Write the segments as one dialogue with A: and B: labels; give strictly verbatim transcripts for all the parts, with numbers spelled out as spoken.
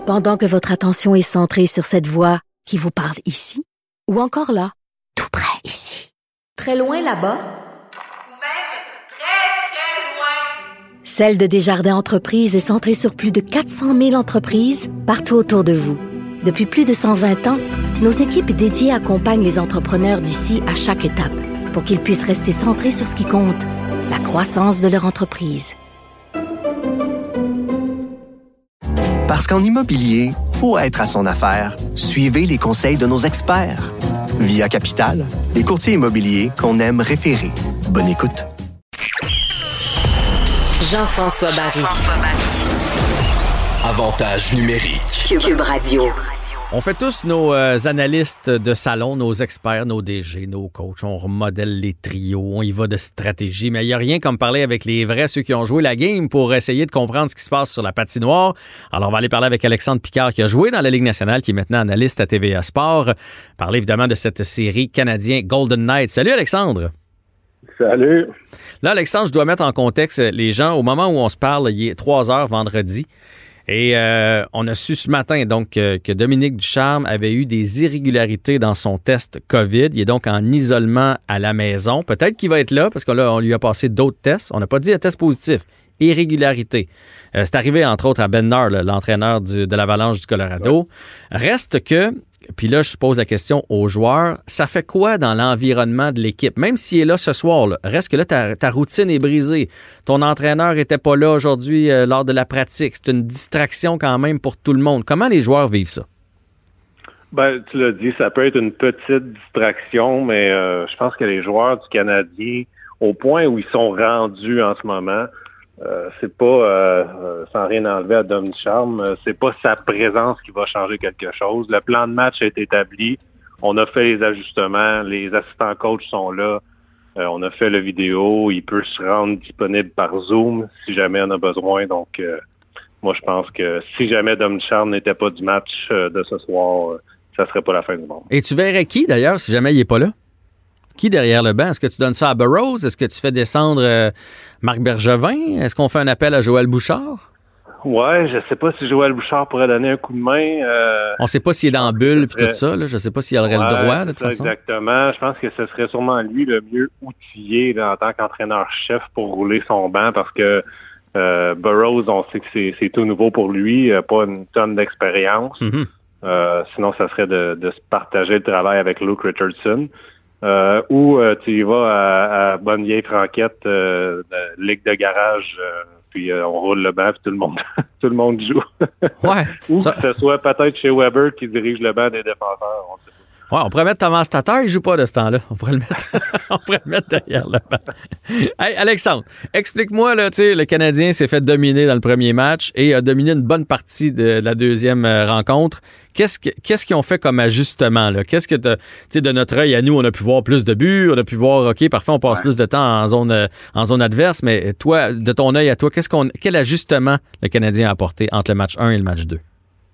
A: Pendant que votre attention est centrée sur cette voix qui vous parle ici, ou encore là, tout près ici, très loin là-bas,
B: ou même très, très loin,
A: Celle de Desjardins Entreprises est centrée sur plus de quatre cent mille entreprises partout autour de vous. Depuis plus de cent vingt ans, nos équipes dédiées accompagnent les entrepreneurs d'ici à chaque étape pour qu'ils puissent rester centrés sur ce qui compte, la croissance de leur entreprise.
C: Parce qu'en immobilier, pour être à son affaire, suivez les conseils de nos experts. Via Capital, les courtiers immobiliers qu'on aime référer. Bonne écoute.
D: Jean-François Barry.
E: Avantage numérique.
D: Cube Radio.
F: On fait tous nos euh, analystes de salon, nos experts, nos D G, nos coachs. On remodèle les trios, on y va de stratégie. Mais il n'y a rien comme parler avec les vrais, ceux qui ont joué la game, pour essayer de comprendre ce qui se passe sur la patinoire. Alors, on va aller parler avec Alexandre Picard, qui a joué dans la Ligue nationale, qui est maintenant analyste à T V A Sport. Parler évidemment de cette série canadien Golden Knights. Salut Alexandre!
G: Salut!
F: Là, Alexandre, je dois mettre en contexte les gens. Au moment où on se parle, il est trois heures vendredi. Et euh, on a su ce matin donc euh, que Dominique Ducharme avait eu des irrégularités dans son test COVID. Il est donc en isolement à la maison. Peut-être qu'il va être là parce que là, on lui a passé d'autres tests. On n'a pas dit un test positif. Irrégularité. Euh, c'est arrivé, entre autres, à Ben Nahr, là, l'entraîneur du, de l'Avalanche du Colorado. Reste que, puis là, je pose la question aux joueurs, ça fait quoi dans l'environnement de l'équipe? Même s'il est là ce soir, là, reste que là, ta, ta routine est brisée. Ton entraîneur n'était pas là aujourd'hui euh, lors de la pratique. C'est une distraction quand même pour tout le monde. Comment les joueurs vivent ça?
G: Ben, tu l'as dit, ça peut être une petite distraction, mais euh, je pense que les joueurs du Canadien, au point où ils sont rendus en ce moment, Euh, c'est pas, euh, euh, sans rien enlever à Dom Ducharme, euh, c'est pas sa présence qui va changer quelque chose. Le plan de match est établi. On a fait les ajustements. Les assistants coachs sont là. Euh, on a fait le vidéo. Il peut se rendre disponible par Zoom si jamais on a besoin. Donc, euh, moi, je pense que si jamais Dom Ducharme n'était pas du match euh, de ce soir, euh, ça serait pas la fin du monde.
F: Et tu verrais qui, d'ailleurs, si jamais il n'est pas là? Qui derrière le banc? Est-ce que tu donnes ça à Burroughs? Est-ce que tu fais descendre euh, Marc Bergevin? Est-ce qu'on fait un appel à Joël Bouchard?
G: Ouais, je sais pas si Joël Bouchard pourrait donner un coup de main. Euh,
F: On sait pas s'il est dans la bulle et tout ça. Là. Je sais pas s'il aurait
G: ouais,
F: le droit, de toute
G: ça,
F: façon.
G: Exactement. Je pense que ce serait sûrement lui le mieux outillé là, en tant qu'entraîneur-chef pour rouler son banc parce que euh, Burroughs, on sait que c'est, c'est tout nouveau pour lui. Il n'a pas une tonne d'expérience. Mm-hmm. Euh, sinon, ça serait de, de se partager le travail avec Luke Richardson. Euh, ou euh, tu y vas à, à bonne vieille franquette euh, de ligue de garage, euh, puis euh, on roule le banc, puis tout le monde tout le monde joue.
F: Ouais.
G: Ou
F: ça...
G: que ce soit peut-être chez Weber qui dirige le banc des défenseurs. On sait pas.
F: Ouais, on pourrait mettre Thomas Tatar, il joue pas de ce temps-là. On pourrait le mettre, on pourrait le mettre derrière le banc. Hey, Alexandre, explique-moi, là, tu sais, le Canadien s'est fait dominer dans le premier match et a dominé une bonne partie de la deuxième euh, rencontre. Qu'est-ce, que, qu'est-ce qu'ils ont fait comme ajustement, là? Qu'est-ce que, tu sais, de notre œil à nous, on a pu voir plus de buts, on a pu voir, OK, parfois on passe ouais. plus de temps en zone, euh, en zone adverse, mais toi, de ton œil à toi, qu'est-ce qu'on, quel ajustement le Canadien a apporté entre le match un et le match deux?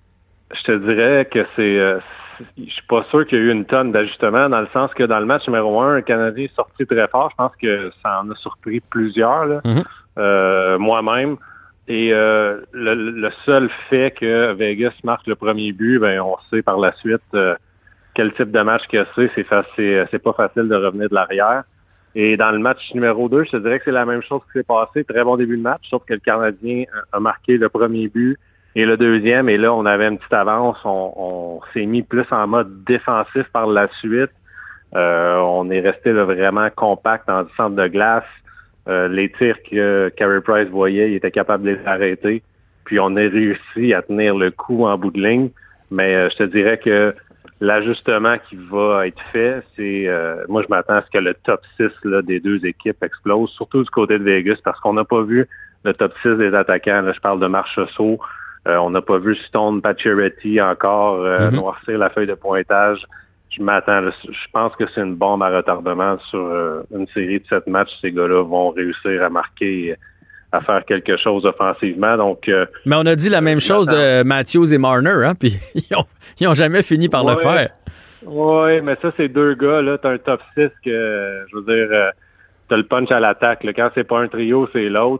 G: Je te dirais que c'est... Euh, je suis pas sûr qu'il y a eu une tonne d'ajustements dans le sens que dans le match numéro un, le Canadien est sorti très fort. Je pense que ça en a surpris plusieurs, là. Mm-hmm. Euh, moi-même. Et euh, le, le seul fait que Vegas marque le premier but, ben on sait par la suite euh, quel type de match que c'est. C'est, c'est, c'est pas facile de revenir de l'arrière. Et dans le match numéro deux, je te dirais que c'est la même chose qui s'est passé. Très bon début de match, sauf que le Canadien a marqué le premier but. Et le deuxième, et là, on avait une petite avance. On, on s'est mis plus en mode défensif par la suite. Euh, on est resté là, vraiment compact dans le centre de glace. Euh, les tirs que Carey Price voyait, il était capable de les arrêter. Puis on a réussi à tenir le coup en bout de ligne. Mais euh, je te dirais que l'ajustement qui va être fait, c'est... Euh, moi, je m'attends à ce que le top six là, des deux équipes explose, surtout du côté de Vegas, parce qu'on n'a pas vu le top six des attaquants. Là, je parle de Marchessault. Euh, on n'a pas vu Stone Pacioretty encore euh, mm-hmm. noircir la feuille de pointage. Je m'attends. Là, je pense que c'est une bombe à retardement sur euh, une série de sept matchs. Ces gars-là vont réussir à marquer, à faire quelque chose offensivement. Donc, euh,
F: mais on a dit la même chose de Matthews et Marner, hein? Puis ils ont, ils ont jamais fini par
G: ouais,
F: le faire.
G: Oui, mais ça, c'est deux gars. Là, t'as un top six que, je veux dire, euh, t'as le punch à l'attaque. Là. Quand c'est pas un trio, c'est l'autre.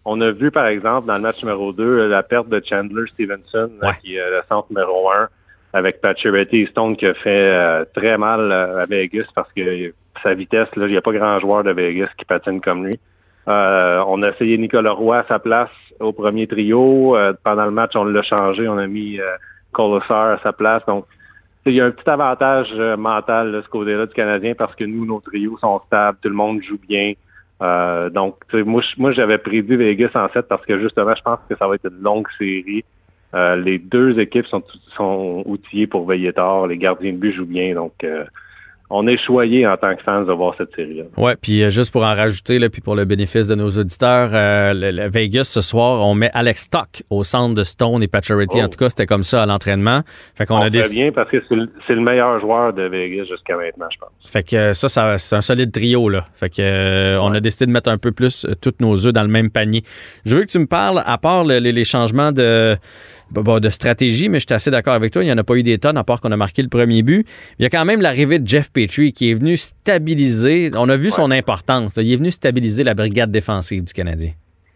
G: on a vu, par exemple, dans le match numéro deux, la perte de Chandler Stevenson,
F: ouais.
G: là, qui est le centre numéro un, avec Pacioretty et Stone, qui a fait euh, très mal à Vegas parce que sa vitesse, là, il n'y a pas grand joueur de Vegas qui patine comme lui. Euh, on a essayé Nicolas Roy à sa place au premier trio. Euh, pendant le match, on l'a changé. On a mis euh, Kolesar à sa place. Donc, il y a un petit avantage euh, mental de ce côté-là du Canadien parce que nous, nos trios sont stables. Tout le monde joue bien. Euh, donc, moi, moi, j'avais prédit Vegas en sept parce que justement, je pense que ça va être une longue série. Euh, les deux équipes sont, sont outillées pour veiller tard. Les gardiens de but jouent bien. Donc, euh, on est choyés en tant que fans de voir cette série-là.
F: Ouais, puis euh, juste pour en rajouter, là, puis pour le bénéfice de nos auditeurs, euh, le, le Vegas ce soir, on met Alex Stock au centre de Stone et Pacioretty. Oh. En tout cas, c'était comme ça à l'entraînement. Fait qu'on
G: on
F: a des...
G: bien parce que c'est le, c'est le meilleur joueur de Vegas jusqu'à maintenant, je pense.
F: Fait que euh, ça, ça, c'est un solide trio, là. Fait que euh, ouais. on a décidé de mettre un peu plus euh, tous nos œufs dans le même panier. Je veux que tu me parles, à part le, les, les changements de... Bon, de stratégie, mais je suis assez d'accord avec toi. Il n'y en a pas eu des tonnes, à part qu'on a marqué le premier but. Il y a quand même l'arrivée de Jeff Petrie qui est venu stabiliser. On a vu ouais. son importance. Là. Il est venu stabiliser la brigade défensive du Canadien.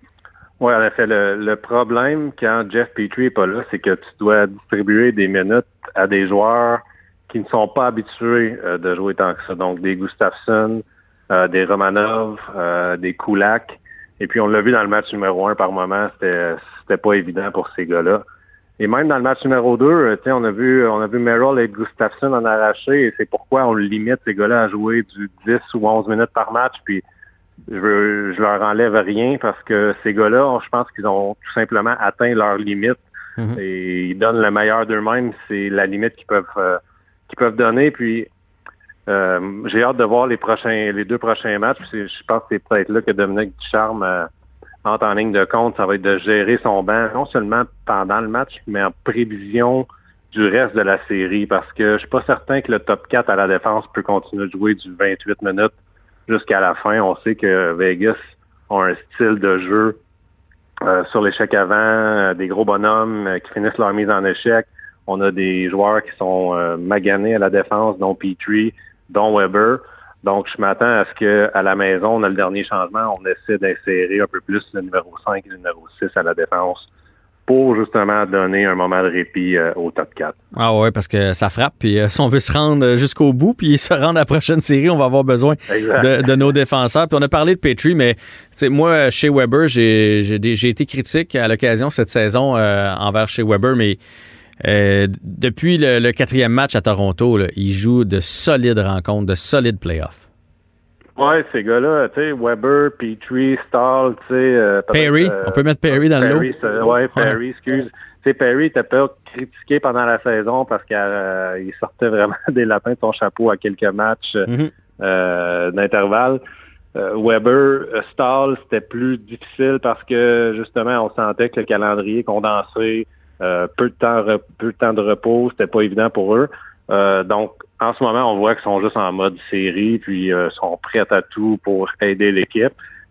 G: Oui, en effet. Le, le problème quand Jeff Petrie n'est pas là, c'est que tu dois distribuer des minutes à des joueurs qui ne sont pas habitués euh, de jouer tant que ça. Donc, des Gustafsson, euh, des Romanov, euh, des Kulak. Et puis, on l'a vu dans le match numéro un par moment, c'était, c'était pas évident pour ces gars-là. Et même dans le match numéro deux, tu sais, on a vu, on a vu Merrill et Gustafsson en arracher, et c'est pourquoi on limite ces gars-là à jouer du dix ou onze minutes par match. Puis je, veux, je leur enlève rien parce que ces gars-là, je pense qu'ils ont tout simplement atteint leur limite mm-hmm. et ils donnent le meilleur d'eux-mêmes. C'est la limite qu'ils peuvent, euh, qu'ils peuvent donner. Puis euh, j'ai hâte de voir les prochains, les deux prochains matchs. Puis je pense que c'est peut-être là que Dominique Ducharme euh, entre en ligne de compte, ça va être de gérer son banc, non seulement pendant le match, mais en prévision du reste de la série, parce que je suis pas certain que le top quatre à la défense peut continuer de jouer du vingt-huit minutes jusqu'à la fin. On sait que Vegas a un style de jeu euh, sur l'échec avant, euh, des gros bonhommes euh, qui finissent leur mise en échec. On a des joueurs qui sont euh, maganés à la défense, dont Petrie, dont Weber. Donc, je m'attends à ce qu'à la maison, on a le dernier changement, on essaie d'insérer un peu plus le numéro cinq et le numéro six à la défense pour justement donner un moment de répit euh, au top quatre.
F: Ah ouais, parce que ça frappe. Puis euh, si on veut se rendre jusqu'au bout puis se rendre à la prochaine série, on va avoir besoin de, de nos défenseurs. Puis on a parlé de Petrie, mais moi, chez Weber, j'ai, j'ai, j'ai été critique à l'occasion cette saison euh, envers chez Weber, mais Euh, depuis le, le quatrième match à Toronto, là, il joue de solides rencontres, de solides playoffs.
G: Ouais, ces gars-là, tu sais, Weber, Petrie, Stahl, tu sais... Euh,
F: Perry, euh, on peut mettre Perry dans
G: Perry,
F: le lot.
G: Ouais, Perry, ouais. excuse. Tu sais, Perry était pas critiqué pendant la saison parce qu'il euh, sortait vraiment des lapins de son chapeau à quelques matchs mm-hmm. euh, d'intervalle. Euh, Weber, Stahl, c'était plus difficile parce que, justement, on sentait que le calendrier condensé, Euh, peu de temps, peu de temps de repos, c'était pas évident pour eux. Euh, donc, en ce moment, on voit qu'ils sont juste en mode série, puis euh, sont prêts à tout pour aider l'équipe.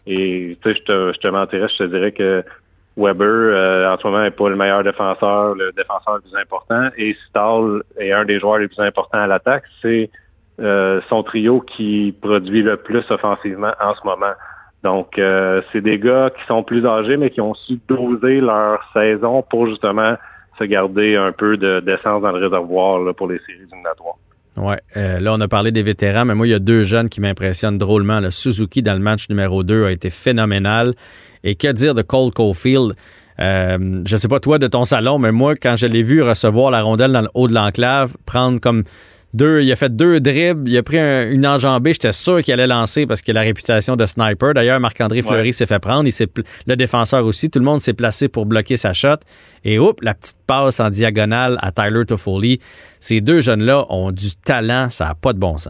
G: Et tu sais, je te, je te mentirais, je te dirais que Weber, euh, en ce moment, n'est pas le meilleur défenseur, le défenseur le plus important. Et Stahl est un des joueurs les plus importants à l'attaque. C'est euh, son trio qui produit le plus offensivement en ce moment. Donc, euh, c'est des gars qui sont plus âgés, mais qui ont su doser leur saison pour justement se garder un peu de, d'essence dans le réservoir là, pour les séries éliminatoires.
F: Oui, euh, là, on a parlé des vétérans, mais moi, il y a deux jeunes qui m'impressionnent drôlement. Le Suzuki, dans le match numéro deux, a été phénoménal. Et que dire de Cole Caulfield? Euh, je ne sais pas, toi, de ton salon, mais moi, quand je l'ai vu recevoir la rondelle dans le haut de l'enclave, prendre comme... Deux, il a fait deux dribbles, il a pris un, une enjambée. J'étais sûr qu'il allait lancer parce qu'il a la réputation de sniper. D'ailleurs, Marc-André Fleury ouais. s'est fait prendre. Il s'est, le défenseur aussi. Tout le monde s'est placé pour bloquer sa shot. Et oups, la petite passe en diagonale à Tyler Toffoli. Ces deux jeunes-là ont du talent. Ça n'a pas de bon sens.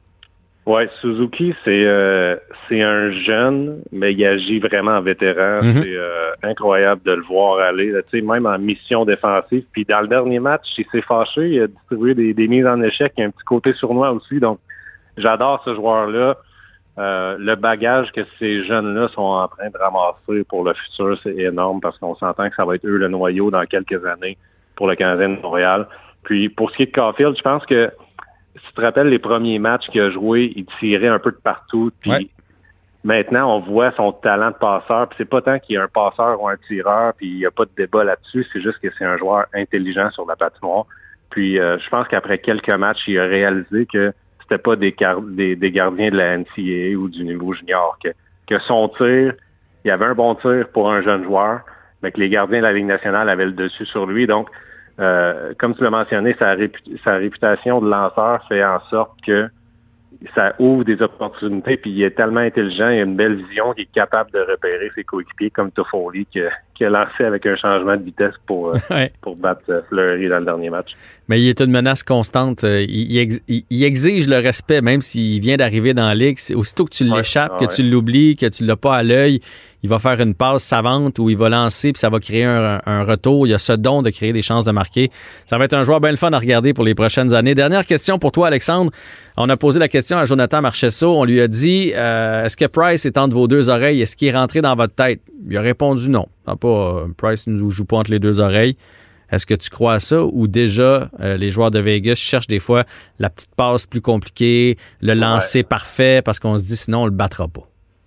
G: Oui, Suzuki, c'est euh, c'est un jeune, mais il agit vraiment en vétéran. Mm-hmm. C'est euh, incroyable de le voir aller, là, même en mission défensive. Puis dans le dernier match, il s'est fâché, il a distribué des, des mises en échec. Il y a un petit côté sournois aussi. Donc, j'adore ce joueur-là. Euh, le bagage que ces jeunes-là sont en train de ramasser pour le futur, c'est énorme parce qu'on s'entend que ça va être eux le noyau dans quelques années pour le Canadien de Montréal. Puis pour ce qui est de Caulfield, je pense que si tu te rappelles les premiers matchs qu'il a joués, il tirait un peu de partout. Puis
F: ouais.
G: Maintenant, on voit son talent de passeur, puis c'est pas tant qu'il y a un passeur ou un tireur, puis il n'y a pas de débat là-dessus, c'est juste que c'est un joueur intelligent sur la patinoire. Puis euh, je pense qu'après quelques matchs, il a réalisé que c'était pas des, car- des, des gardiens de la N C A A ou du niveau junior, que, que son tir, il y avait un bon tir pour un jeune joueur, mais que les gardiens de la Ligue nationale avaient le dessus sur lui. Donc, euh, comme tu l'as mentionné, sa, répu- sa réputation de lanceur fait en sorte que ça ouvre des opportunités, puis il est tellement intelligent, il a une belle vision, qu'il est capable de repérer ses coéquipiers comme Toffoli, qui, qui a lancé avec un changement de vitesse pour, euh, ouais. pour battre euh, Fleury dans le dernier match.
F: Mais il est une menace constante. Il, il, ex, il exige le respect, même s'il vient d'arriver dans la Ligue. Aussitôt que tu ouais. l'échappes, ah, que ouais. tu l'oublies, que tu ne l'as pas à l'œil, il va faire une passe savante où il va lancer, puis ça va créer un, un retour. Il a ce don de créer des chances de marquer. Ça va être un joueur bien le fun à regarder pour les prochaines années. Dernière question pour toi, Alexandre. On a posé la question à Jonathan Marchessault. On lui a dit, euh, est-ce que Price est entre vos deux oreilles? Est-ce qu'il est rentré dans votre tête? Il a répondu non. non pas, euh, Price ne joue pas entre les deux oreilles. Est-ce que tu crois à ça ou déjà euh, les joueurs de Vegas cherchent des fois la petite passe plus compliquée, le lancer ouais. parfait parce qu'on se dit sinon on le battra pas?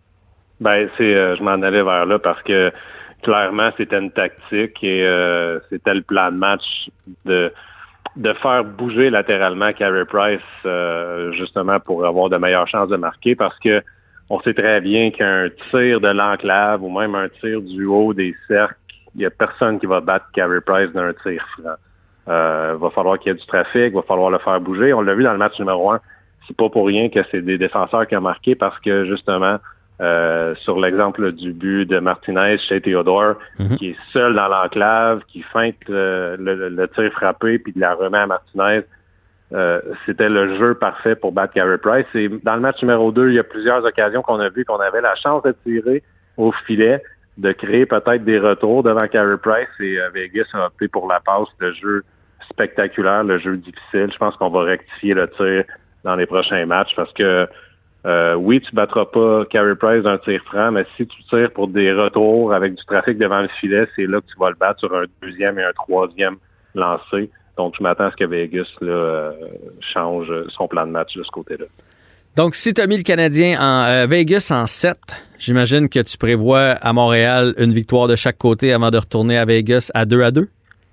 G: Ben c'est, euh, je m'en allais vers là parce que clairement c'était une tactique et euh, c'était le plan de match de de faire bouger latéralement Carey Price euh, justement pour avoir de meilleures chances de marquer parce que on sait très bien qu'un tir de l'enclave ou même un tir du haut des cercles, il n'y a personne qui va battre Carey Price d'un tir franc. Euh, va falloir qu'il y ait du trafic, va falloir le faire bouger. On l'a vu dans le match numéro un. C'est pas pour rien que c'est des défenseurs qui ont marqué parce que justement Euh, sur l'exemple du but de Martinez chez Theodore, mm-hmm. qui est seul dans l'enclave, qui feinte le, le, le tir frappé puis de la remet à Martinez. Euh, c'était le jeu parfait pour battre Carey Price. Et dans le match numéro deux, il y a plusieurs occasions qu'on a vu qu'on avait la chance de tirer au filet, de créer peut-être des retours devant Carey Price et euh, Vegas a opté pour la passe, le jeu spectaculaire, le jeu difficile. Je pense qu'on va rectifier le tir dans les prochains matchs parce que Euh, oui, tu battras pas Carey Price d'un tir franc, mais si tu tires pour des retours avec du trafic devant le filet, c'est là que tu vas le battre sur un deuxième et un troisième lancé. Donc, je m'attends à ce que Vegas là, euh, change son plan de match de ce côté-là.
F: Donc, si tu as mis le Canadien en euh, Vegas en sept, j'imagine que tu prévois à Montréal une victoire de chaque côté avant de retourner à Vegas à deux à deux?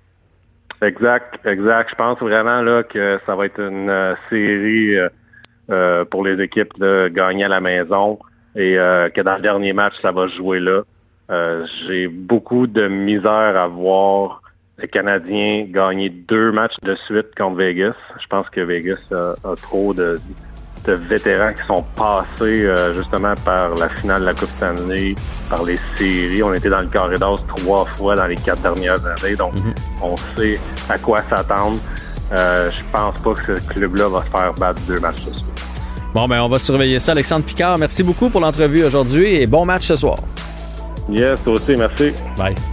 G: Exact, exact. Je pense vraiment là que ça va être une euh, série... Euh, Euh, pour les équipes de gagner à la maison et euh, que dans le dernier match, ça va se jouer là. Euh, j'ai beaucoup de misère à voir les Canadiens gagner deux matchs de suite contre Vegas. Je pense que Vegas a, a trop de, de vétérans qui sont passés euh, justement par la finale de la Coupe Stanley, par les séries. On était dans le corridor trois fois dans les quatre dernières années, donc mm-hmm. on sait à quoi s'attendre. Euh, je pense pas que ce club-là va se faire battre deux matchs de suite.
F: Bon, ben on va surveiller ça. Alexandre Picard, merci beaucoup pour l'entrevue aujourd'hui et bon match ce soir.
G: Yes, toi aussi, merci.
F: Bye.